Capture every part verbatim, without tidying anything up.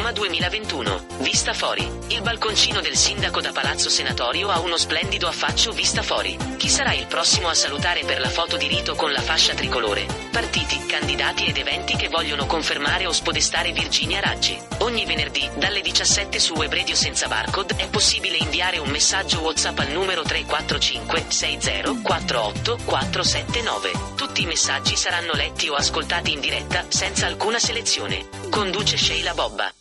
Roma duemilaventuno. Vista fuori. Il balconcino del sindaco da Palazzo Senatorio ha uno splendido affaccio vista fuori. Chi sarà il prossimo a salutare per la foto di rito con la fascia tricolore? Partiti, candidati ed eventi che vogliono confermare o spodestare Virginia Raggi. Ogni venerdì, dalle diciassette su Web Radio senza barcode, è possibile inviare un messaggio WhatsApp al numero tre quattro cinque sei zero quattro otto quattro sette nove. Tutti i messaggi saranno letti o ascoltati in diretta, senza alcuna selezione. Conduce Sheila Bobba.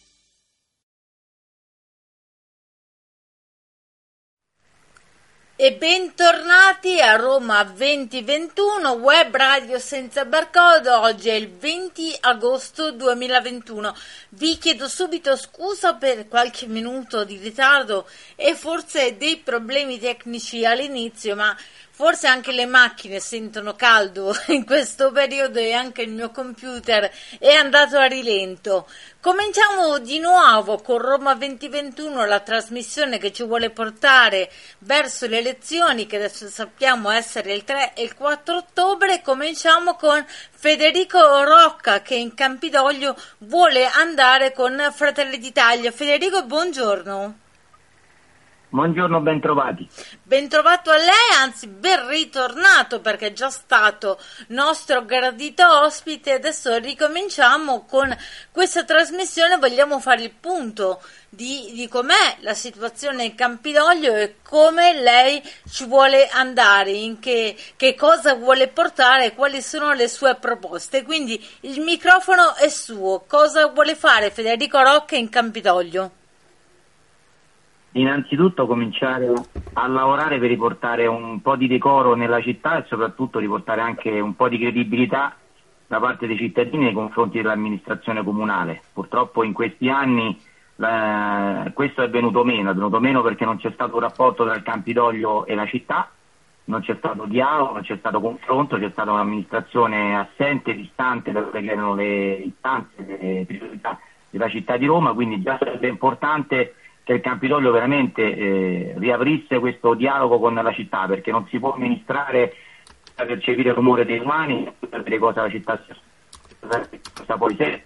E bentornati a Roma duemilaventuno, Web Radio senza barcode. Oggi è il venti agosto duemilaventuno. Vi chiedo subito scusa per qualche minuto di ritardo e forse dei problemi tecnici all'inizio, ma forse anche le macchine sentono caldo in questo periodo e anche il mio computer è andato a rilento. Cominciamo di nuovo con Roma duemilaventuno, la trasmissione che ci vuole portare verso le elezioni che adesso sappiamo essere il tre e il quattro ottobre. Cominciamo con Federico Rocca che in Campidoglio vuole andare con Fratelli d'Italia. Federico, buongiorno. Buongiorno, ben trovati. Ben trovato a lei, anzi ben ritornato perché è già stato nostro gradito ospite. Adesso ricominciamo con questa trasmissione, vogliamo fare il punto di, di com'è la situazione in Campidoglio e come lei ci vuole andare, in che, che cosa vuole portare, quali sono le sue proposte. Quindi il microfono è suo. Cosa vuole fare Federico Rocca in Campidoglio? Innanzitutto cominciare a lavorare per riportare un po' di decoro nella città e soprattutto riportare anche un po' di credibilità da parte dei cittadini nei confronti dell'amministrazione comunale. Purtroppo in questi anni eh, questo è venuto meno, è venuto meno perché non c'è stato un rapporto tra il Campidoglio e la città, non c'è stato dialogo, non c'è stato confronto, c'è stata un'amministrazione assente, distante da quelle che erano le istanze, le priorità della città di Roma, quindi già sarebbe importante che il Campidoglio veramente eh, riaprisse questo dialogo con la città, perché non si può amministrare per percepire il rumore dei umani e per vedere cosa la città sta poi se.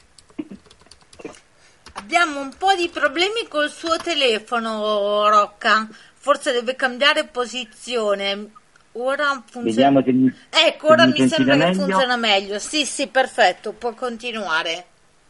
Abbiamo un po' di problemi col suo telefono, Rocca, forse deve cambiare posizione. Ora funziona. Vediamo se mi, ecco, se ora mi, mi sembra che meglio. funziona meglio. Sì, sì, perfetto, può continuare.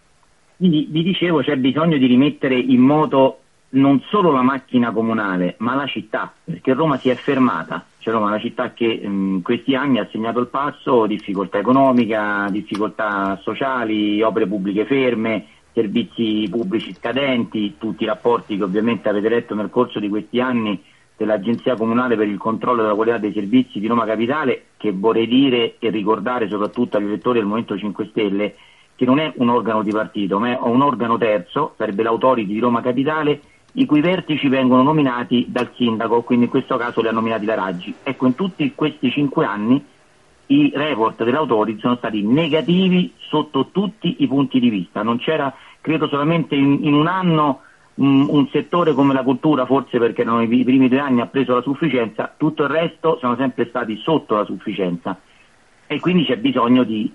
Quindi vi dicevo, c'è bisogno di rimettere in moto non solo la macchina comunale, ma la città, perché Roma si è fermata. Cioè Roma è una città che in questi anni ha segnato il passo, difficoltà economica, difficoltà sociali, opere pubbliche ferme, servizi pubblici scadenti, tutti i rapporti che ovviamente avete letto nel corso di questi anni dell'Agenzia Comunale per il controllo della qualità dei servizi di Roma Capitale, che vorrei dire e ricordare soprattutto agli elettori del Movimento cinque Stelle che non è un organo di partito, ma è un organo terzo, sarebbe l'Authority di Roma Capitale, i cui vertici vengono nominati dal sindaco, quindi in questo caso li ha nominati da Raggi. Ecco, in tutti questi cinque anni i report dell'Authority sono stati negativi sotto tutti i punti di vista. Non c'era, credo solamente in, in un anno, um, un settore come la cultura, forse perché erano i, i primi due anni ha preso la sufficienza, tutto il resto sono sempre stati sotto la sufficienza. E quindi c'è bisogno di,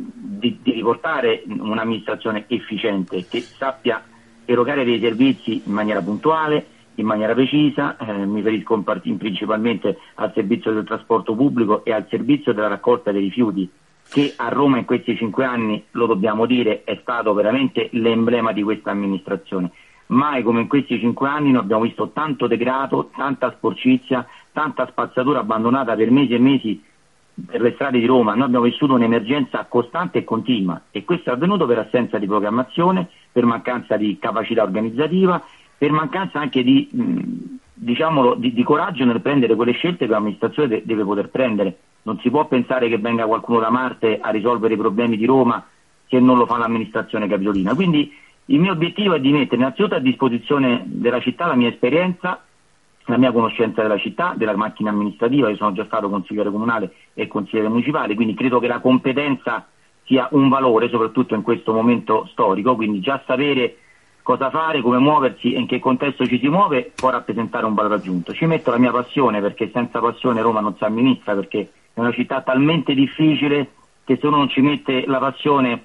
di, di riportare un'amministrazione efficiente che sappia erogare dei servizi in maniera puntuale, in maniera precisa, eh, mi riferisco in part- principalmente al servizio del trasporto pubblico e al servizio della raccolta dei rifiuti, che a Roma in questi cinque anni, lo dobbiamo dire, è stato veramente l'emblema di questa amministrazione. Mai come in questi cinque anni noi abbiamo visto tanto degrado, tanta sporcizia, tanta spazzatura abbandonata per mesi e mesi per le strade di Roma. Noi abbiamo vissuto un'emergenza costante e continua e questo è avvenuto per assenza di programmazione, per mancanza di capacità organizzativa, per mancanza anche di, mh, diciamolo, di, di coraggio nel prendere quelle scelte che l'amministrazione de- deve poter prendere. Non si può pensare che venga qualcuno da Marte a risolvere i problemi di Roma se non lo fa l'amministrazione capitolina. Quindi il mio obiettivo è di mettere innanzitutto a disposizione della città la mia esperienza, la mia conoscenza della città, della macchina amministrativa. Io sono già stato consigliere comunale e consigliere municipale, quindi credo che la competenza sia un valore, soprattutto in questo momento storico, quindi già sapere cosa fare, come muoversi e in che contesto ci si muove può rappresentare un valore aggiunto. Ci metto la mia passione, perché senza passione Roma non si amministra, perché è una città talmente difficile che se uno non ci mette la passione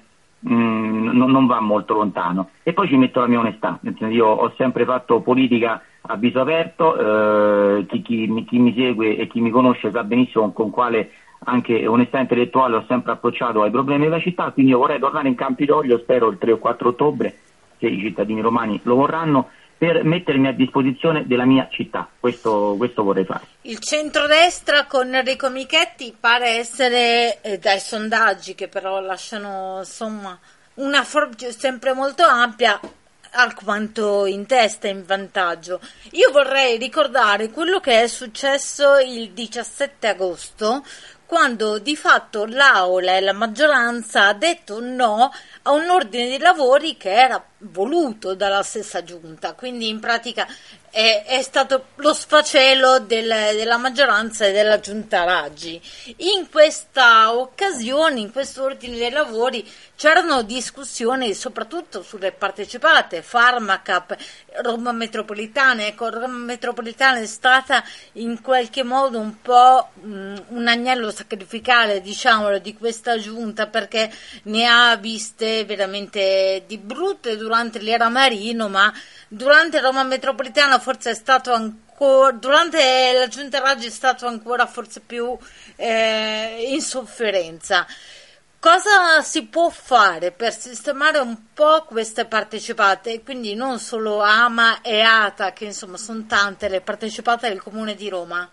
mh, non, non va molto lontano. E poi ci metto la mia onestà, nel senso, io ho sempre fatto politica a viso aperto, eh, chi, chi, chi mi segue e chi mi conosce sa benissimo con quale anche onestà intellettuale ho sempre approcciato ai problemi della città, quindi io vorrei tornare in Campidoglio, spero il tre o quattro ottobre, se i cittadini romani lo vorranno, per mettermi a disposizione della mia città. Questo, questo vorrei fare. Il centrodestra con Enrico Michetti pare essere, eh, dai sondaggi che però lasciano insomma una forza sempre molto ampia, alquanto in testa, in vantaggio. Io vorrei ricordare quello che è successo il diciassette agosto, quando di fatto l'Aula e la maggioranza ha detto no a un ordine di lavori che era voluto dalla stessa giunta, quindi in pratica è, è stato lo sfacelo del, della maggioranza e della giunta Raggi. In questa occasione, in questo ordine dei lavori, c'erano discussioni soprattutto sulle partecipate, Pharmacap, Roma Metropolitana. Ecco, Roma Metropolitana è stata in qualche modo un po' mh, un agnello sacrificale, diciamolo, di questa giunta, perché ne ha viste veramente di brutte durante l'era Marino, ma durante Roma Metropolitana forse è stato ancora, durante la giunta Raggi è stato ancora forse più eh, in sofferenza. Cosa si può fare per sistemare un po' queste partecipate, quindi non solo AMA e ATA, che insomma sono tante le partecipate del Comune di Roma?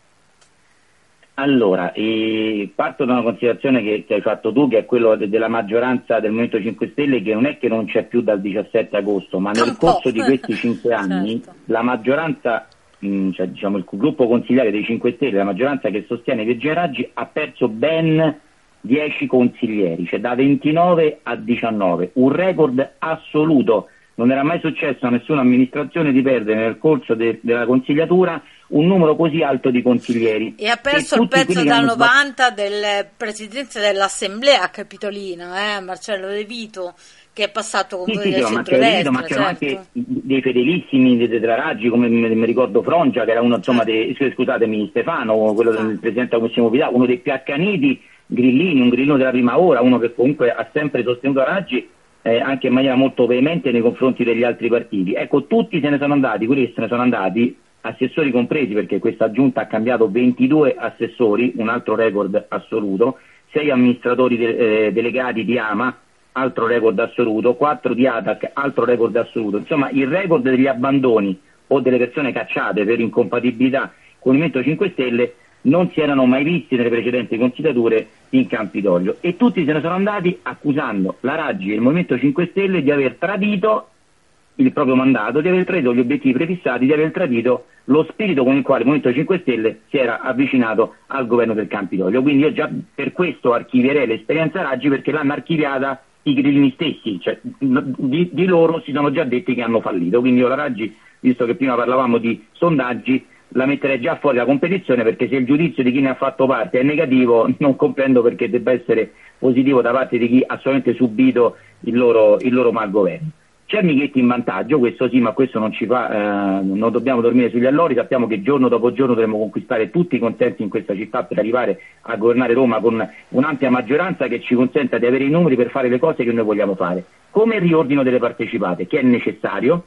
Allora, eh, parto da una considerazione che, che hai fatto tu, che è quello de- della maggioranza del Movimento cinque Stelle, che non è che non c'è più dal diciassette agosto, ma nel corso di questi cinque anni certo. la maggioranza, mh, cioè diciamo il gruppo consigliare dei cinque Stelle, la maggioranza che sostiene Virginia Raggi, ha perso ben dieci consiglieri, cioè da ventinove a diciannove, un record assoluto. Non era mai successo a nessuna amministrazione di perdere nel corso de- della consigliatura un numero così alto di consiglieri. E ha perso e il pezzo dal novanta delle presidenze dell'Assemblea Capitolina, eh, Marcello De Vito, che è passato con sì, voi sì, del sì, centrodestra. Ma c'erano certo. anche dei fedelissimi della Raggi, come mi ricordo Frongia, che era uno, insomma, dei, scusatemi, Stefano, quello ah. del presidente della Commissione Mobilità, uno dei più accaniti grillini, un grillino della prima ora, uno che comunque ha sempre sostenuto Raggi, eh, anche in maniera molto veemente nei confronti degli altri partiti. Ecco, tutti se ne sono andati, quelli che se ne sono andati, assessori compresi, perché questa giunta ha cambiato ventidue assessori, un altro record assoluto, sei amministratori de- eh, delegati di AMA, altro record assoluto, quattro di ATAC, altro record assoluto. Insomma, il record degli abbandoni o delle persone cacciate per incompatibilità con il Movimento cinque Stelle non si erano mai visti nelle precedenti consigliature in Campidoglio, e tutti se ne sono andati accusando la Raggi e il Movimento cinque Stelle di aver tradito il proprio mandato, di aver tradito gli obiettivi prefissati, di aver tradito lo spirito con il quale il Movimento cinque Stelle si era avvicinato al governo del Campidoglio. Quindi io già per questo archivierei l'esperienza Raggi, perché l'hanno archiviata i grillini stessi, cioè di, di loro si sono già detti che hanno fallito. Quindi io la Raggi, visto che prima parlavamo di sondaggi, la metterei già fuori la competizione, perché se il giudizio di chi ne ha fatto parte è negativo, non comprendo perché debba essere positivo da parte di chi ha solamente subito il loro, il loro malgoverno. C'è Michetti in vantaggio, questo sì, ma questo non ci fa, eh, non dobbiamo dormire sugli allori, sappiamo che giorno dopo giorno dovremo conquistare tutti i consensi in questa città per arrivare a governare Roma con un'ampia maggioranza che ci consenta di avere i numeri per fare le cose che noi vogliamo fare, come il riordino delle partecipate, che è necessario,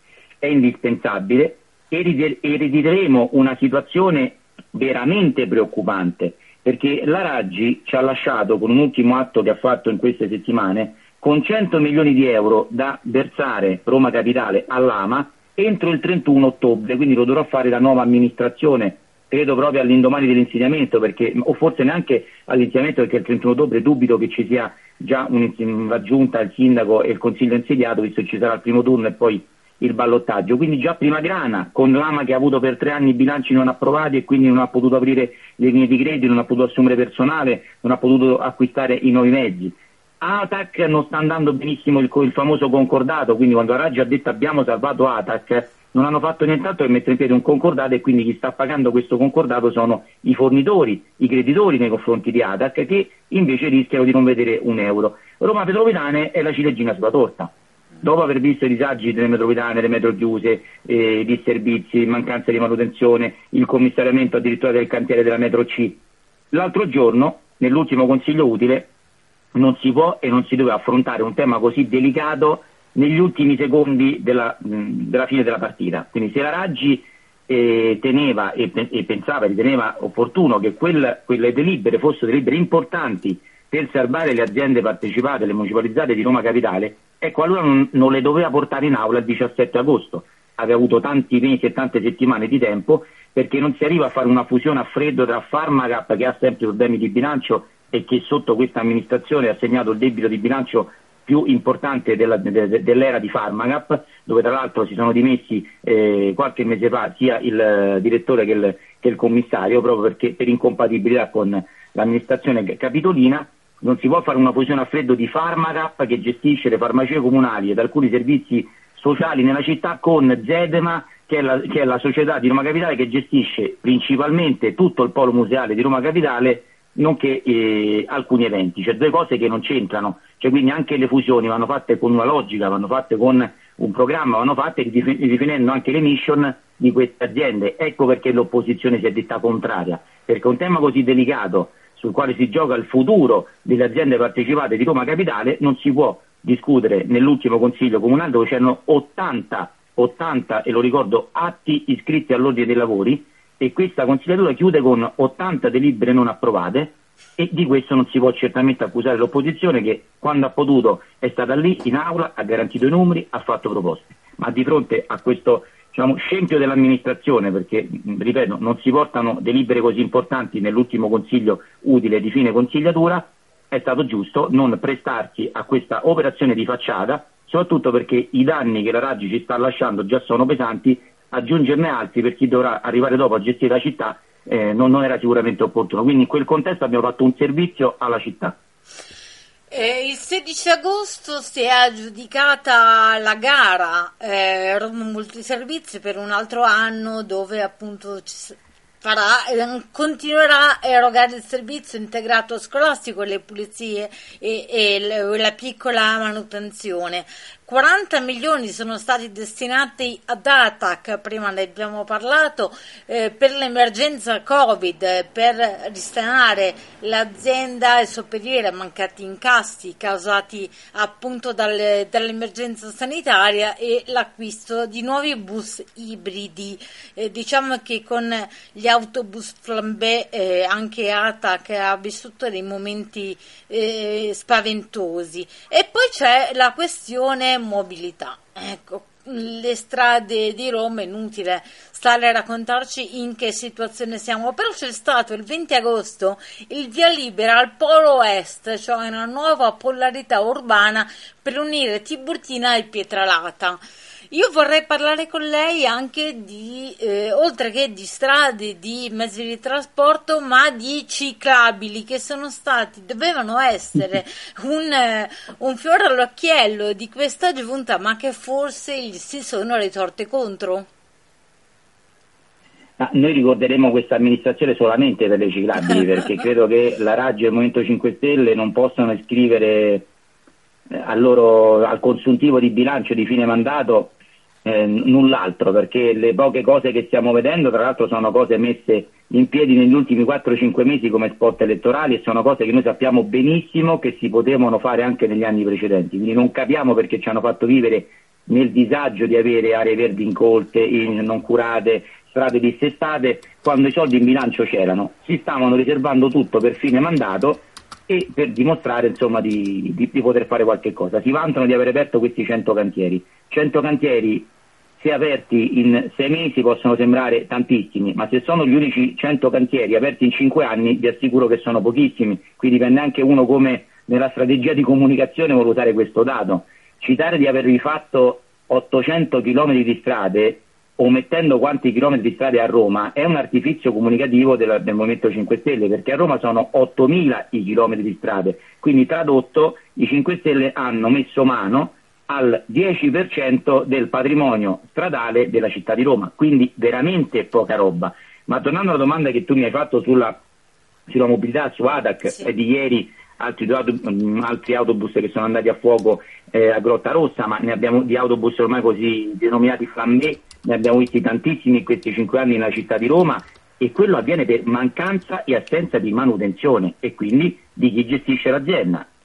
è indispensabile. Erediteremo una situazione veramente preoccupante, perché la Raggi ci ha lasciato, con un ultimo atto che ha fatto in queste settimane, con cento milioni di euro da versare Roma Capitale all'AMA entro il trentuno ottobre, quindi lo dovrà fare la nuova amministrazione, credo proprio all'indomani dell'insediamento, perché, o forse neanche all'insediamento, perché il trentuno ottobre dubito che ci sia già una giunta, il sindaco e il consiglio insediato, visto che ci sarà il primo turno e poi il ballottaggio. Quindi già prima grana, con l'AMA che ha avuto per tre anni i bilanci non approvati e quindi non ha potuto aprire le linee di credito, non ha potuto assumere personale, non ha potuto acquistare i nuovi mezzi. ATAC non sta andando benissimo il, il famoso concordato, quindi quando Raggi ha detto abbiamo salvato ATAC, non hanno fatto nient'altro che mettere in piedi un concordato, e quindi chi sta pagando questo concordato sono i fornitori, i creditori nei confronti di ATAC, che invece rischiano di non vedere un euro. Roma Metropolitane è la ciliegina sulla torta. Dopo aver visto i disagi delle metropolitane, le metro chiuse, eh, di servizi, mancanza di manutenzione, il commissariamento addirittura del cantiere della metro C, l'altro giorno, nell'ultimo consiglio utile, non si può e non si deve affrontare un tema così delicato negli ultimi secondi della, della fine della partita. Quindi se la Raggi eh, teneva e, e pensava, riteneva opportuno che quel, quelle delibere fossero delibere importanti per salvare le aziende partecipate, le municipalizzate di Roma Capitale, ecco, allora non, non le doveva portare in aula il diciassette agosto. Aveva avuto tanti mesi e tante settimane di tempo, perché non si arriva a fare una fusione a freddo tra Pharmacap, che ha sempre problemi di bilancio e che sotto questa amministrazione ha segnato il debito di bilancio più importante della, de, de, dell'era di Pharmacap, dove tra l'altro si sono dimessi eh, qualche mese fa sia il uh, direttore che il, che il commissario, proprio perché per incompatibilità con l'amministrazione capitolina. Non si può fare una fusione a freddo di Pharmacap, che gestisce le farmacie comunali ed alcuni servizi sociali nella città, con Zedema, che è, la, che è la società di Roma Capitale che gestisce principalmente tutto il polo museale di Roma Capitale, nonché eh, alcuni eventi. Cioè due cose che non c'entrano, cioè quindi anche le fusioni vanno fatte con una logica, vanno fatte con un programma, vanno fatte ridefinendo anche le mission di queste aziende. Ecco perché l'opposizione si è detta contraria, perché un tema così delicato, sul quale si gioca il futuro delle aziende partecipate di Roma Capitale, non si può discutere nell'ultimo Consiglio Comunale, dove c'erano ottanta, ottanta, e lo ricordo, atti iscritti all'ordine dei lavori, e questa consigliatura chiude con ottanta delibere non approvate, e di questo non si può certamente accusare l'opposizione, che quando ha potuto è stata lì in aula, ha garantito i numeri, ha fatto proposte. Ma di fronte a questo, diciamo, scempio dell'amministrazione, perché, ripeto, non si portano delibere così importanti nell'ultimo Consiglio utile di fine consigliatura, è stato giusto non prestarsi a questa operazione di facciata, soprattutto perché i danni che la Raggi ci sta lasciando già sono pesanti. Aggiungerne altri per chi dovrà arrivare dopo a gestire la città eh, non, non era sicuramente opportuno. Quindi in quel contesto abbiamo fatto un servizio alla città. Eh, il sedici agosto si è aggiudicata la gara eh, Roma Multiservizi per un altro anno, dove appunto ci farà, eh, continuerà a erogare il servizio integrato scolastico, le pulizie e, e le, la piccola manutenzione. quaranta milioni sono stati destinati ad ATAC, prima ne abbiamo parlato, eh, per l'emergenza Covid, per risanare l'azienda e sopperire a mancati incassi causati appunto dalle, dall'emergenza sanitaria, e l'acquisto di nuovi bus ibridi. Eh, diciamo che con gli autobus flambé eh, anche ATAC ha vissuto dei momenti eh, spaventosi. E poi c'è la questione mobilità. Ecco, le strade di Roma, è inutile stare a raccontarci in che situazione siamo, però c'è stato il venti agosto il via libera al polo est, cioè una nuova polarità urbana per unire Tiburtina e Pietralata. Io vorrei parlare con lei anche di, eh, oltre che di strade, di mezzi di trasporto, ma di ciclabili, che sono stati, dovevano essere un, eh, un fiore all'occhiello di questa giunta, ma che forse si sono ritorte contro. Ah, noi ricorderemo questa amministrazione solamente per le ciclabili, perché credo che la Raggi e il Movimento cinque Stelle non possano iscrivere eh, al, loro, al consuntivo di bilancio di fine mandato Eh, null'altro, perché le poche cose che stiamo vedendo tra l'altro sono cose messe in piedi negli ultimi quattro cinque mesi come spot elettorali, e sono cose che noi sappiamo benissimo che si potevano fare anche negli anni precedenti. Quindi non capiamo perché ci hanno fatto vivere nel disagio di avere aree verdi incolte, in, non curate, strade dissestate, quando i soldi in bilancio c'erano. Si stavano riservando tutto per fine mandato e per dimostrare, insomma, di, di, di poter fare qualche cosa. Si vantano di aver aperto questi cento cantieri. cento cantieri, se aperti in sei mesi, possono sembrare tantissimi, ma se sono gli unici cento cantieri aperti in cinque anni, vi assicuro che sono pochissimi. Qui dipende anche uno come nella strategia di comunicazione vuole usare questo dato. Citare di aver rifatto ottocento chilometri di strade, omettendo quanti chilometri di strade a Roma, è un artifizio comunicativo del, del Movimento cinque Stelle, perché a Roma sono ottomila i chilometri di strade. Quindi, tradotto, i cinque Stelle hanno messo mano al dieci per cento del patrimonio stradale della città di Roma, quindi veramente poca roba. Ma tornando alla domanda che tu mi hai fatto sulla, sulla mobilità, su ATAC, sì. E di ieri altri, due auto, altri autobus che sono andati a fuoco eh, a Grotta Rossa, ma ne abbiamo di autobus ormai così denominati flambé, ne abbiamo visti tantissimi in questi cinque anni nella città di Roma, e quello avviene per mancanza e assenza di manutenzione, e quindi di chi gestisce l'azienda.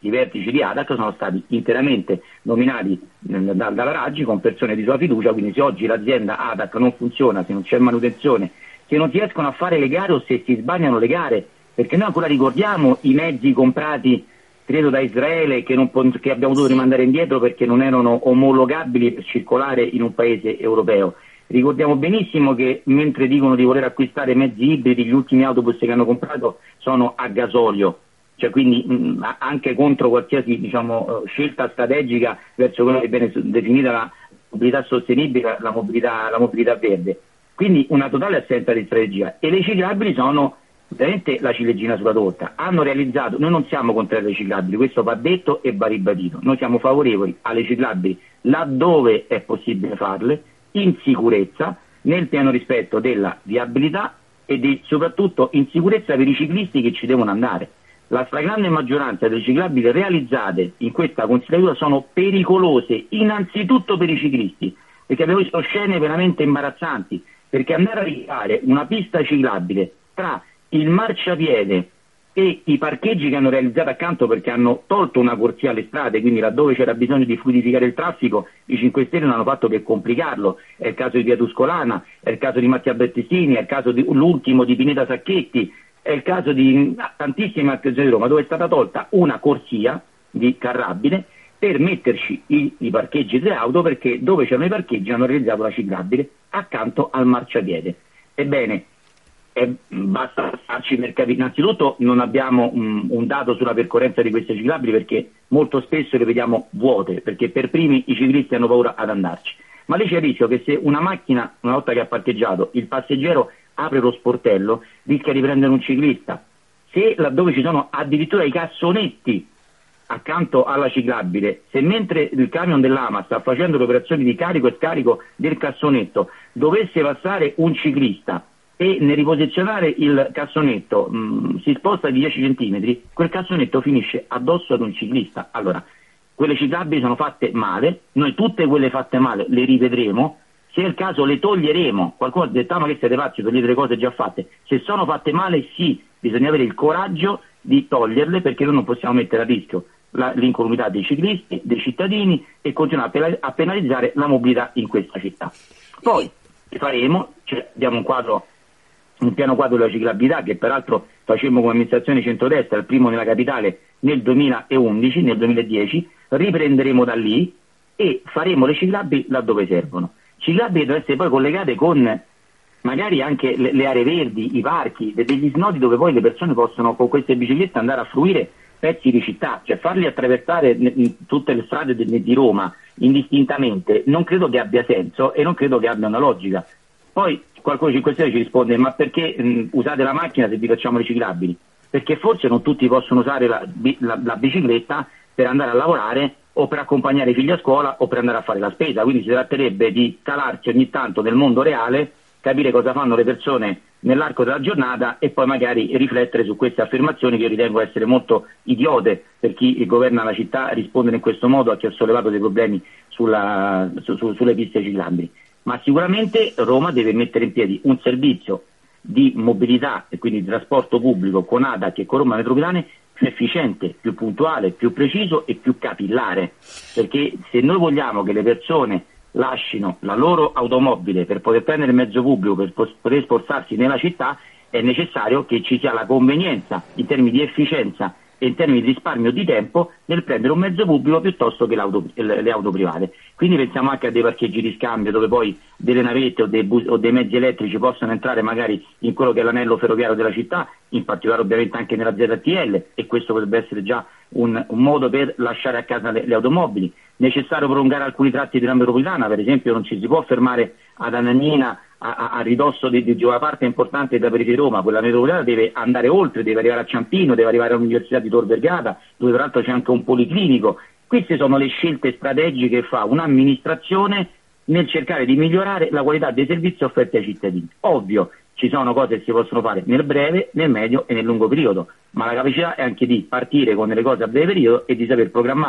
i vertici di A D A C sono stati interamente nominati da, dalla Raggi con persone di sua fiducia, quindi se oggi l'azienda A D A C non funziona, se non c'è manutenzione, se non si riescono a fare le gare o se si sbagliano le gare, perché noi ancora ricordiamo i mezzi comprati credo da Israele che, non, che abbiamo dovuto rimandare indietro perché non erano omologabili per circolare in un paese europeo. Ricordiamo benissimo che mentre dicono di voler acquistare mezzi ibridi, gli ultimi autobus che hanno comprato sono a gasolio, cioè quindi mh, anche contro qualsiasi diciamo, scelta strategica verso quella che viene definita la mobilità sostenibile, la mobilità, la mobilità verde. Quindi una totale assenza di strategia, e le ciclabili sono veramente la ciliegina sulla torta. Hanno realizzato, noi non siamo contrari alle ciclabili, questo va detto e va ribadito, noi siamo favorevoli alle ciclabili laddove è possibile farle, in sicurezza, nel pieno rispetto della viabilità e di, soprattutto in sicurezza per i ciclisti che ci devono andare. La stragrande maggioranza delle ciclabili realizzate in questa consigliatura sono pericolose, innanzitutto per i ciclisti, perché abbiamo visto scene veramente imbarazzanti, perché andare a rifare una pista ciclabile tra il marciapiede e i parcheggi che hanno realizzato accanto, perché hanno tolto una corsia alle strade, quindi laddove c'era bisogno di fluidificare il traffico i cinque Stelle non hanno fatto che complicarlo. È il caso di Via Tuscolana, è il caso di Mattia Bettesini, è il caso di l'ultimo di Pineta Sacchetti, è il caso di tantissime altre zone di Roma dove è stata tolta una corsia di carrabile per metterci i, i parcheggi delle auto, perché dove c'erano i parcheggi hanno realizzato la ciclabile accanto al marciapiede. Ebbene, Eh, basta passarci per capire. Innanzitutto non abbiamo um, un dato sulla percorrenza di queste ciclabili, perché molto spesso le vediamo vuote, perché per primi i ciclisti hanno paura ad andarci. Ma lì c'è il rischio che se una macchina, una volta che ha parcheggiato, il passeggero apre lo sportello, rischia di prendere un ciclista. Se laddove ci sono addirittura i cassonetti accanto alla ciclabile, se mentre il camion dell'A M A sta facendo le operazioni di carico e scarico del cassonetto dovesse passare un ciclista e nel riposizionare il cassonetto mh, si sposta di dieci centimetri, quel cassonetto finisce addosso ad un ciclista. Allora, quelle ciclabili sono fatte male, noi tutte quelle fatte male le rivedremo, se è il caso le toglieremo. Qualcuno ha detto: ah, ma che siete pazzi, togliete le cose già fatte. Se sono fatte male, sì, bisogna avere il coraggio di toglierle, perché noi non possiamo mettere a rischio la, l'incolumità dei ciclisti, dei cittadini, e continuare a penalizzare la mobilità in questa città. Poi faremo, cioè, diamo un quadro un piano quadro della ciclabilità che peraltro facemmo come amministrazione centrodestra, il primo nella capitale nel duemilaundici, nel duemiladieci, riprenderemo da lì e faremo le ciclabili laddove servono. Ciclabili devono essere poi collegate con magari anche le, le aree verdi, i parchi, degli snodi dove poi le persone possono con queste biciclette andare a fruire pezzi di città, cioè farli attraversare in tutte le strade di, di Roma indistintamente non credo che abbia senso e non credo che abbia una logica. Poi qualcuno cinque Stelle ci risponde: ma perché mh, usate la macchina se vi facciamo le ciclabili? Perché forse non tutti possono usare la, la, la bicicletta per andare a lavorare o per accompagnare i figli a scuola o per andare a fare la spesa, quindi si tratterebbe di calarsi ogni tanto nel mondo reale, capire cosa fanno le persone nell'arco della giornata e poi magari riflettere su queste affermazioni che io ritengo essere molto idiote per chi governa la città rispondere in questo modo a chi ha sollevato dei problemi sulla, su, su, sulle piste ciclabili. Ma sicuramente Roma deve mettere in piedi un servizio di mobilità e quindi di trasporto pubblico con A D A C e con Roma Metropolitane più efficiente, più puntuale, più preciso e più capillare, perché se noi vogliamo che le persone lascino la loro automobile per poter prendere il mezzo pubblico, per poter spostarsi nella città, è necessario che ci sia la convenienza in termini di efficienza e in termini di risparmio di tempo nel prendere un mezzo pubblico piuttosto che l'auto, le auto private. Quindi pensiamo anche a dei parcheggi di scambio dove poi delle navette o dei, bus, o dei mezzi elettrici possono entrare magari in quello che è l'anello ferroviario della città, in particolare ovviamente anche nella Z T L, e questo potrebbe essere già un, un modo per lasciare a casa le, le automobili. Necessario prolungare alcuni tratti della metropolitana, per esempio non ci si può fermare ad Anagnina a, a, a ridosso di, di una parte importante della periferia di Roma, quella metropolitana deve andare oltre, deve arrivare a Ciampino, deve arrivare all'Università di Tor Vergata, dove tra l'altro c'è anche un policlinico. Queste sono le scelte strategiche che fa un'amministrazione nel cercare di migliorare la qualità dei servizi offerti ai cittadini. Ovvio, ci sono cose che si possono fare nel breve, nel medio e nel lungo periodo, ma la capacità è anche di partire con delle cose a breve periodo e di saper programmare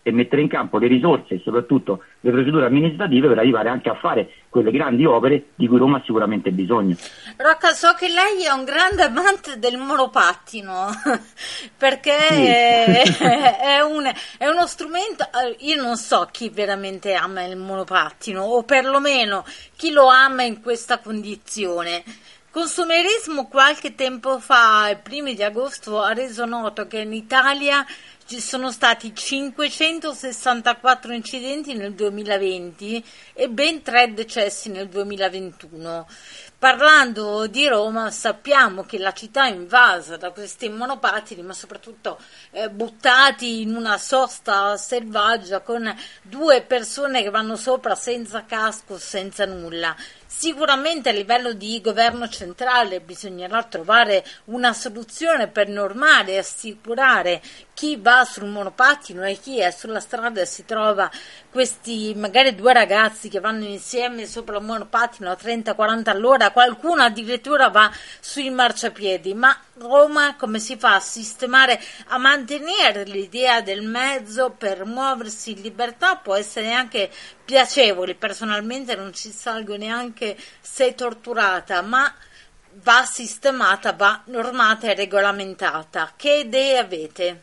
e mettere in campo le risorse e soprattutto le procedure amministrative per arrivare anche a fare quelle grandi opere di cui Roma ha sicuramente bisogno. Rocca, so che lei è un grande amante del monopattino perché Sì. è, un, è uno strumento, io non so chi veramente ama il monopattino o perlomeno chi lo ama in questa condizione. Consumerismo qualche tempo fa, ai primi di agosto, ha reso noto che in Italia ci sono stati cinquecentosessantaquattro incidenti nel duemilaventi e ben tre decessi nel duemilaventuno. Parlando di Roma, sappiamo che la città è invasa da questi monopattini, ma soprattutto eh, buttati in una sosta selvaggia con due persone che vanno sopra senza casco, senza nulla. Sicuramente a livello di governo centrale bisognerà trovare una soluzione per normare e assicurare chi va sul monopattino e chi è sulla strada e si trova questi magari due ragazzi che vanno insieme sopra il monopattino a trenta quaranta all'ora, qualcuno addirittura va sui marciapiedi. Ma Roma come si fa a sistemare, a mantenere l'idea del mezzo per muoversi in libertà? Può essere anche piacevole, personalmente non ci salgo neanche se torturata, ma va sistemata, va normata e regolamentata. Che idee avete?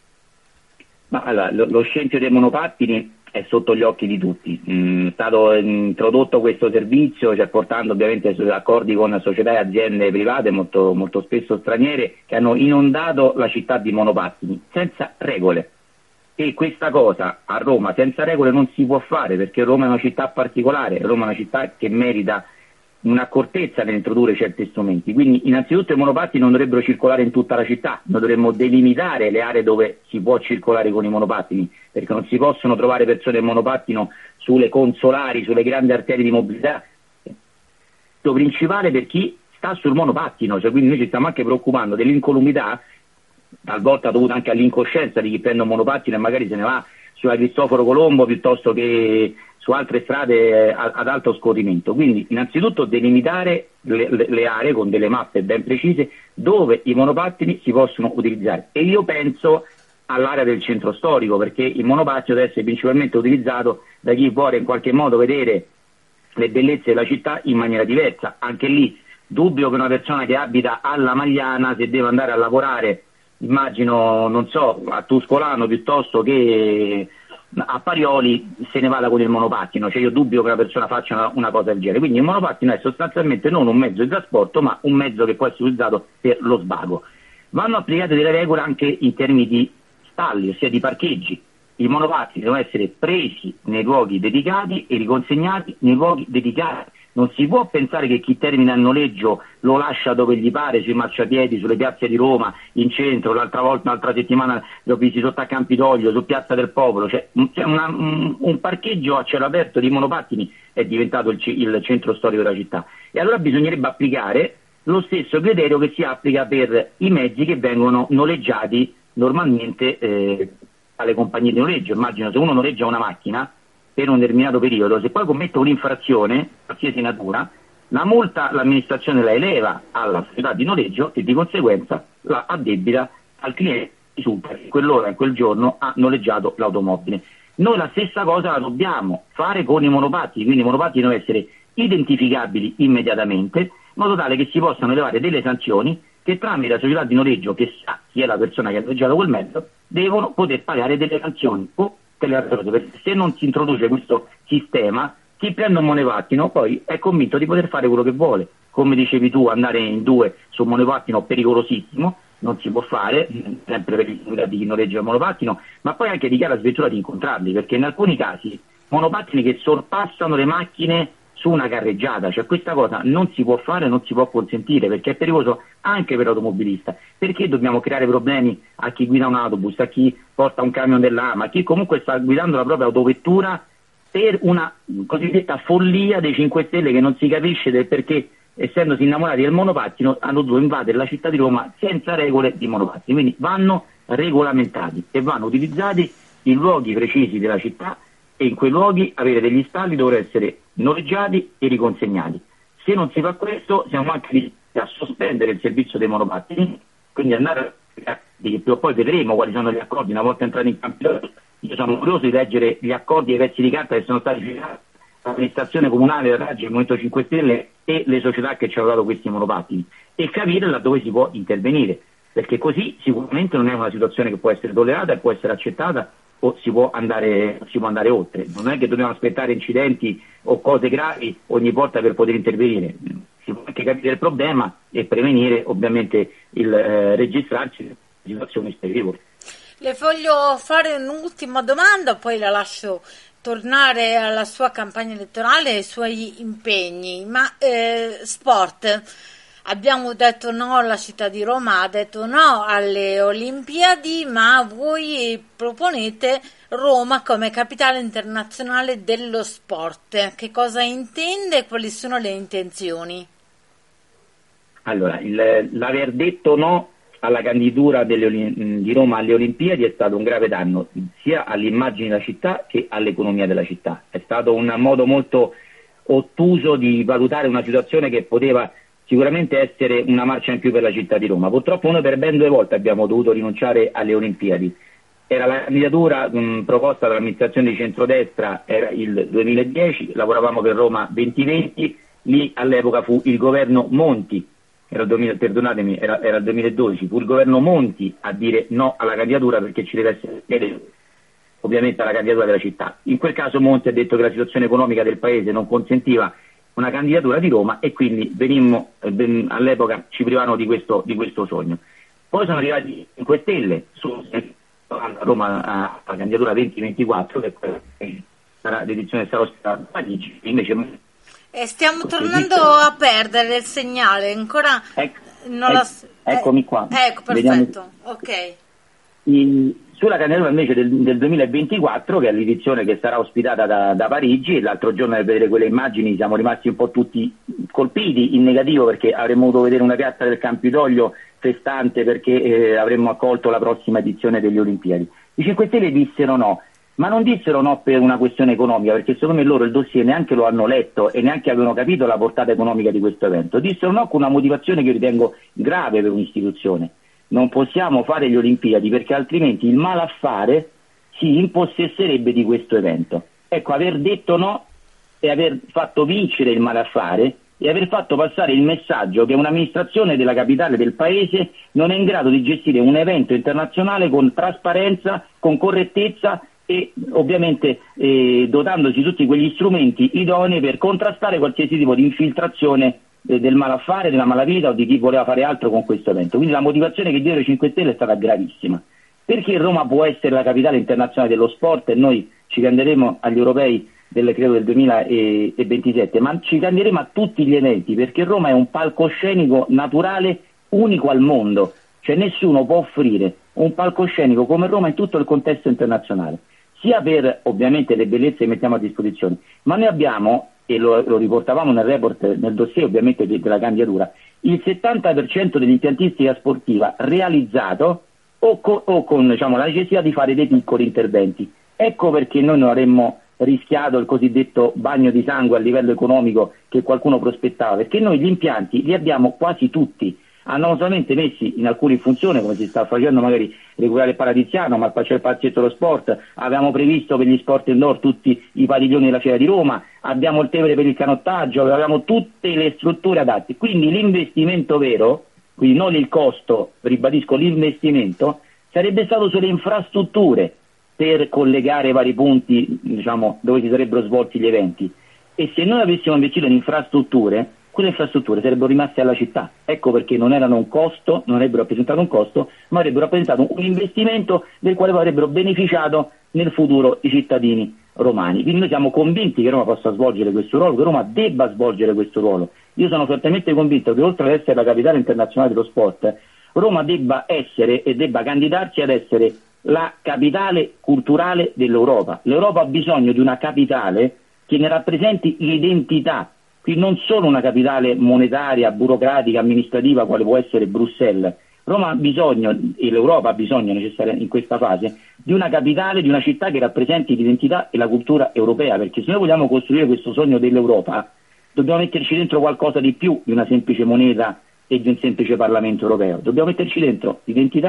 Ma allora, lo, lo scempio dei monopattini è sotto gli occhi di tutti. Mm, è stato introdotto questo servizio, cioè portando ovviamente accordi con società e aziende private molto, molto spesso straniere che hanno inondato la città di monopattini senza regole. E questa cosa a Roma senza regole non si può fare, perché Roma è una città particolare, Roma è una città che merita un'accortezza nell'introdurre certi strumenti. Quindi innanzitutto i monopattini non dovrebbero circolare in tutta la città, noi dovremmo delimitare le aree dove si può circolare con i monopattini, perché non si possono trovare persone in monopattino sulle consolari, sulle grandi arterie di mobilità. Lo principale per chi sta sul monopattino, cioè quindi noi ci stiamo anche preoccupando dell'incolumità, talvolta dovuta anche all'incoscienza di chi prende un monopattino e magari se ne va sulla Cristoforo Colombo piuttosto che su altre strade ad alto scorrimento. Quindi innanzitutto delimitare le, le, le aree con delle mappe ben precise dove i monopattini si possono utilizzare, e io penso all'area del centro storico, perché il monopattino deve essere principalmente utilizzato da chi vuole in qualche modo vedere le bellezze della città in maniera diversa. Anche lì dubbio che una persona che abita alla Magliana, se deve andare a lavorare, immagino, non so, a Tuscolano piuttosto che a Parioli, se ne vada con il monopattino. Cioè io dubbio che una persona faccia una, una cosa del genere. Quindi il monopattino è sostanzialmente non un mezzo di trasporto, ma un mezzo che può essere utilizzato per lo svago. Vanno applicate delle regole anche in termini di stalli, ossia di parcheggi. I monopattini devono essere presi nei luoghi dedicati e riconsegnati nei luoghi dedicati. Non si può pensare che chi termina il noleggio lo lascia dove gli pare, sui marciapiedi, sulle piazze di Roma, in centro. L'altra volta, un'altra settimana, li ho visti sotto a Campidoglio, su Piazza del Popolo. Cioè, cioè una, un, un parcheggio a cielo aperto di monopattini è diventato il, il centro storico della città. E allora bisognerebbe applicare lo stesso criterio che si applica per i mezzi che vengono noleggiati normalmente eh, alle compagnie di noleggio. Immagino, se uno noleggia una macchina per un determinato periodo, se poi commette un'infrazione, qualsiasi natura, la multa l'amministrazione la eleva alla società di noleggio e di conseguenza la addebita al cliente che risulta che quell'ora e quel giorno ha noleggiato l'automobile. Noi la stessa cosa la dobbiamo fare con i monopattini, quindi i monopattini devono essere identificabili immediatamente, in modo tale che si possano elevare delle sanzioni che tramite la società di noleggio, che sa chi è la persona che ha noleggiato quel mezzo, devono poter pagare delle sanzioni. Perché se non si introduce questo sistema, chi prende un monopattino poi è convinto di poter fare quello che vuole. Come dicevi tu, andare in due su un monopattino pericolosissimo, non si può fare, sempre per il di chi noleggia il monopattino, ma poi anche di chi ha la sventura di incontrarli, perché in alcuni casi monopattini che sorpassano le macchine su una carreggiata, cioè questa cosa non si può fare, non si può consentire, perché è pericoloso anche per l'automobilista. Perché dobbiamo creare problemi a chi guida un autobus, a chi porta un camion dell'AMA, a chi comunque sta guidando la propria autovettura, per una cosiddetta follia dei cinque Stelle che non si capisce del perché, essendosi innamorati del monopattino, hanno dovuto invadere la città di Roma senza regole di monopattini. Quindi vanno regolamentati e vanno utilizzati in luoghi precisi della città, e in quei luoghi avere degli stalli dovrebbero essere noleggiati e riconsegnati. Se non si fa questo, siamo anche riusciti a sospendere il servizio dei monopattini, quindi andare a che prima o poi vedremo quali sono gli accordi una volta entrati in campo io sono curioso di leggere gli accordi e i pezzi di carta che sono stati firmati l'amministrazione comunale, la Raggi, il Movimento cinque Stelle e le società che ci hanno dato questi monopattini, e capire laddove si può intervenire, perché così sicuramente non è una situazione che può essere tollerata e può essere accettata, o si può andare, si può andare oltre. Non è che dobbiamo aspettare incidenti o cose gravi ogni volta per poter intervenire, si può anche capire il problema e prevenire ovviamente il eh, registrarsi in situazioni spiacevoli. Le voglio fare un'ultima domanda, poi la lascio tornare alla sua campagna elettorale e ai suoi impegni. Ma eh, sport, abbiamo detto no alla città di Roma, ha detto no alle Olimpiadi, ma voi proponete Roma come capitale internazionale dello sport. Che cosa intende e quali sono le intenzioni? Allora, il, l'aver detto no alla candidatura delle, di Roma alle Olimpiadi è stato un grave danno sia all'immagine della città che all'economia della città. È stato un modo molto ottuso di valutare una situazione che poteva sicuramente essere una marcia in più per la città di Roma. Purtroppo noi per ben due volte abbiamo dovuto rinunciare alle Olimpiadi. Era la candidatura mh, proposta dall'amministrazione di centrodestra, era il duemiladieci, lavoravamo per Roma duemilaventi, lì all'epoca fu il governo Monti, Era il duemila, perdonatemi, era, era il duemiladodici, fu il governo Monti a dire no alla candidatura perché ci deve essere ovviamente alla candidatura della città. In quel caso Monti ha detto che la situazione economica del paese non consentiva una candidatura di Roma e quindi venimmo, eh, all'epoca ci privavano di questo, di questo sogno. Poi sono arrivati cinque Stelle su Roma alla candidatura venti ventiquattro, che sarà l'edizione sarà ospitata a Parigi, invece E stiamo tornando a perdere il segnale, ancora ecco, non la... eccomi qua. Ecco, perfetto, Vediamo. ok. In, sulla candidatura invece del, del duemilaventiquattro, che è l'edizione che sarà ospitata da, da Parigi, e l'altro giorno nel vedere quelle immagini siamo rimasti un po' tutti colpiti in negativo, perché avremmo dovuto vedere una piazza del Campidoglio festante perché eh, avremmo accolto la prossima edizione delle Olimpiadi. I cinque Stelle dissero no. Ma non dissero no per una questione economica, perché secondo me loro il dossier neanche lo hanno letto e neanche avevano capito la portata economica di questo evento. Dissero no con una motivazione che io ritengo grave per un'istituzione. Non possiamo fare le Olimpiadi perché altrimenti il malaffare si impossesserebbe di questo evento. Ecco, aver detto no e aver fatto vincere il malaffare e aver fatto passare il messaggio che un'amministrazione della capitale del paese non è in grado di gestire un evento internazionale con trasparenza, con correttezza e ovviamente eh, dotandosi tutti quegli strumenti idonei per contrastare qualsiasi tipo di infiltrazione eh, del malaffare, della malavita o di chi voleva fare altro con questo evento. Quindi la motivazione che diedero i cinque Stelle è stata gravissima. Perché Roma può essere la capitale internazionale dello sport e noi ci candideremo agli europei del, credo del duemilaventisette, ma ci candieremo a tutti gli eventi, perché Roma è un palcoscenico naturale unico al mondo, cioè nessuno può offrire un palcoscenico come Roma in tutto il contesto internazionale, sia per ovviamente le bellezze che mettiamo a disposizione, ma noi abbiamo, e lo, lo riportavamo nel report, nel dossier ovviamente de, della candidatura, il settanta per cento dell'impiantistica sportiva realizzato o, co, o con diciamo, la necessità di fare dei piccoli interventi. Ecco perché noi non avremmo rischiato il cosiddetto bagno di sangue a livello economico che qualcuno prospettava, perché noi gli impianti li abbiamo quasi tutti. Hanno solamente messi in alcune funzioni, come si sta facendo magari recuperare il Paratiziano, ma c'è il palazzetto dello sport, avevamo previsto per gli sport indoor tutti i padiglioni della Fiera di Roma, abbiamo il Tevere per il canottaggio, avevamo tutte le strutture adatte, quindi l'investimento vero, quindi non il costo, ribadisco l'investimento, sarebbe stato sulle infrastrutture per collegare vari punti, diciamo, dove si sarebbero svolti gli eventi, e se noi avessimo investito in infrastrutture, quelle infrastrutture sarebbero rimaste alla città. Ecco perché non erano un costo, non avrebbero rappresentato un costo, ma avrebbero rappresentato un investimento del quale poi avrebbero beneficiato nel futuro i cittadini romani. Quindi noi siamo convinti che Roma possa svolgere questo ruolo, che Roma debba svolgere questo ruolo. Io sono fortemente convinto che oltre ad essere la capitale internazionale dello sport, Roma debba essere e debba candidarsi ad essere la capitale culturale dell'Europa. L'Europa ha bisogno di una capitale che ne rappresenti l'identità, quindi non solo una capitale monetaria, burocratica, amministrativa quale può essere Bruxelles. Roma ha bisogno, e l'Europa ha bisogno necessariamente in questa fase, di una capitale, di una città che rappresenti l'identità e la cultura europea, perché se noi vogliamo costruire questo sogno dell'Europa dobbiamo metterci dentro qualcosa di più di una semplice moneta e di un semplice Parlamento europeo. Dobbiamo metterci dentro l'identità,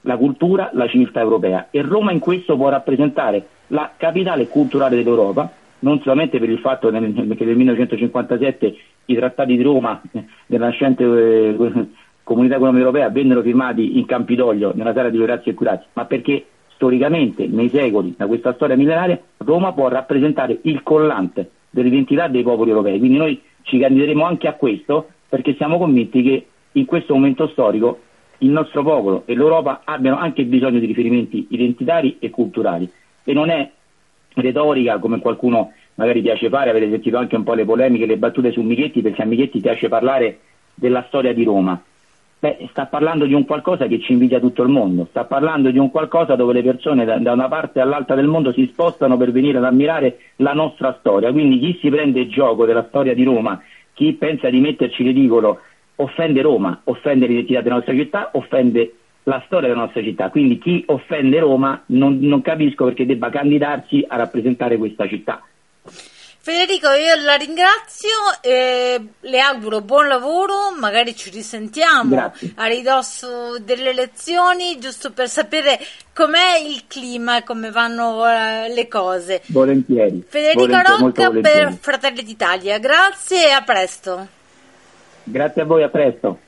la cultura, la civiltà europea, e Roma in questo può rappresentare la capitale culturale dell'Europa, non solamente per il fatto che nel millenovecentocinquantasette i trattati di Roma della nascente eh, Comunità Economica Europea vennero firmati in Campidoglio nella sala di Orazio e Curazzi, ma perché storicamente nei secoli, da questa storia millenaria, Roma può rappresentare il collante dell'identità dei popoli europei. Quindi noi ci candideremo anche a questo, perché siamo convinti che in questo momento storico il nostro popolo e l'Europa abbiano anche bisogno di riferimenti identitari e culturali, e non è retorica come qualcuno magari piace fare. Avete sentito anche un po' le polemiche, le battute su Michetti, perché a Michetti piace parlare della storia di Roma. Beh, sta parlando di un qualcosa che ci invidia tutto il mondo, sta parlando di un qualcosa dove le persone da, da una parte all'altra del mondo si spostano per venire ad ammirare la nostra storia. Quindi chi si prende gioco della storia di Roma, chi pensa di metterci ridicolo, offende Roma, offende l'identità della nostra città, offende la storia della nostra città. Quindi chi offende Roma non, non capisco perché debba candidarsi a rappresentare questa città. Federico, io la ringrazio e le auguro buon lavoro, magari ci risentiamo Grazie. a ridosso delle elezioni, giusto per sapere com'è il clima e come vanno uh, le cose. Volentieri. Federico volentieri, Rocca volentieri. per Fratelli d'Italia, grazie e a presto. Grazie a voi, a presto.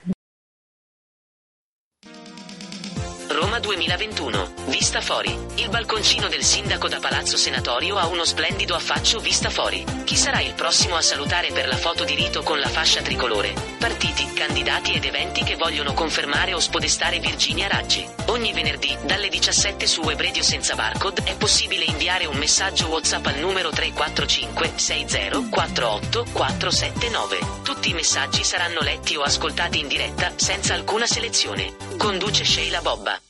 Roma duemilaventuno. Vista fuori. Il balconcino del sindaco da Palazzo Senatorio ha uno splendido affaccio vista fuori. Chi sarà il prossimo a salutare per la foto di rito con la fascia tricolore? Partiti, candidati ed eventi che vogliono confermare o spodestare Virginia Raggi. Ogni venerdì, dalle diciassette su Web Radio senza barcode, è possibile inviare un messaggio WhatsApp al numero tre quattro cinque sei zero quattro otto quattro sette nove. Tutti i messaggi saranno letti o ascoltati in diretta, senza alcuna selezione. Conduce Sheila Bobba.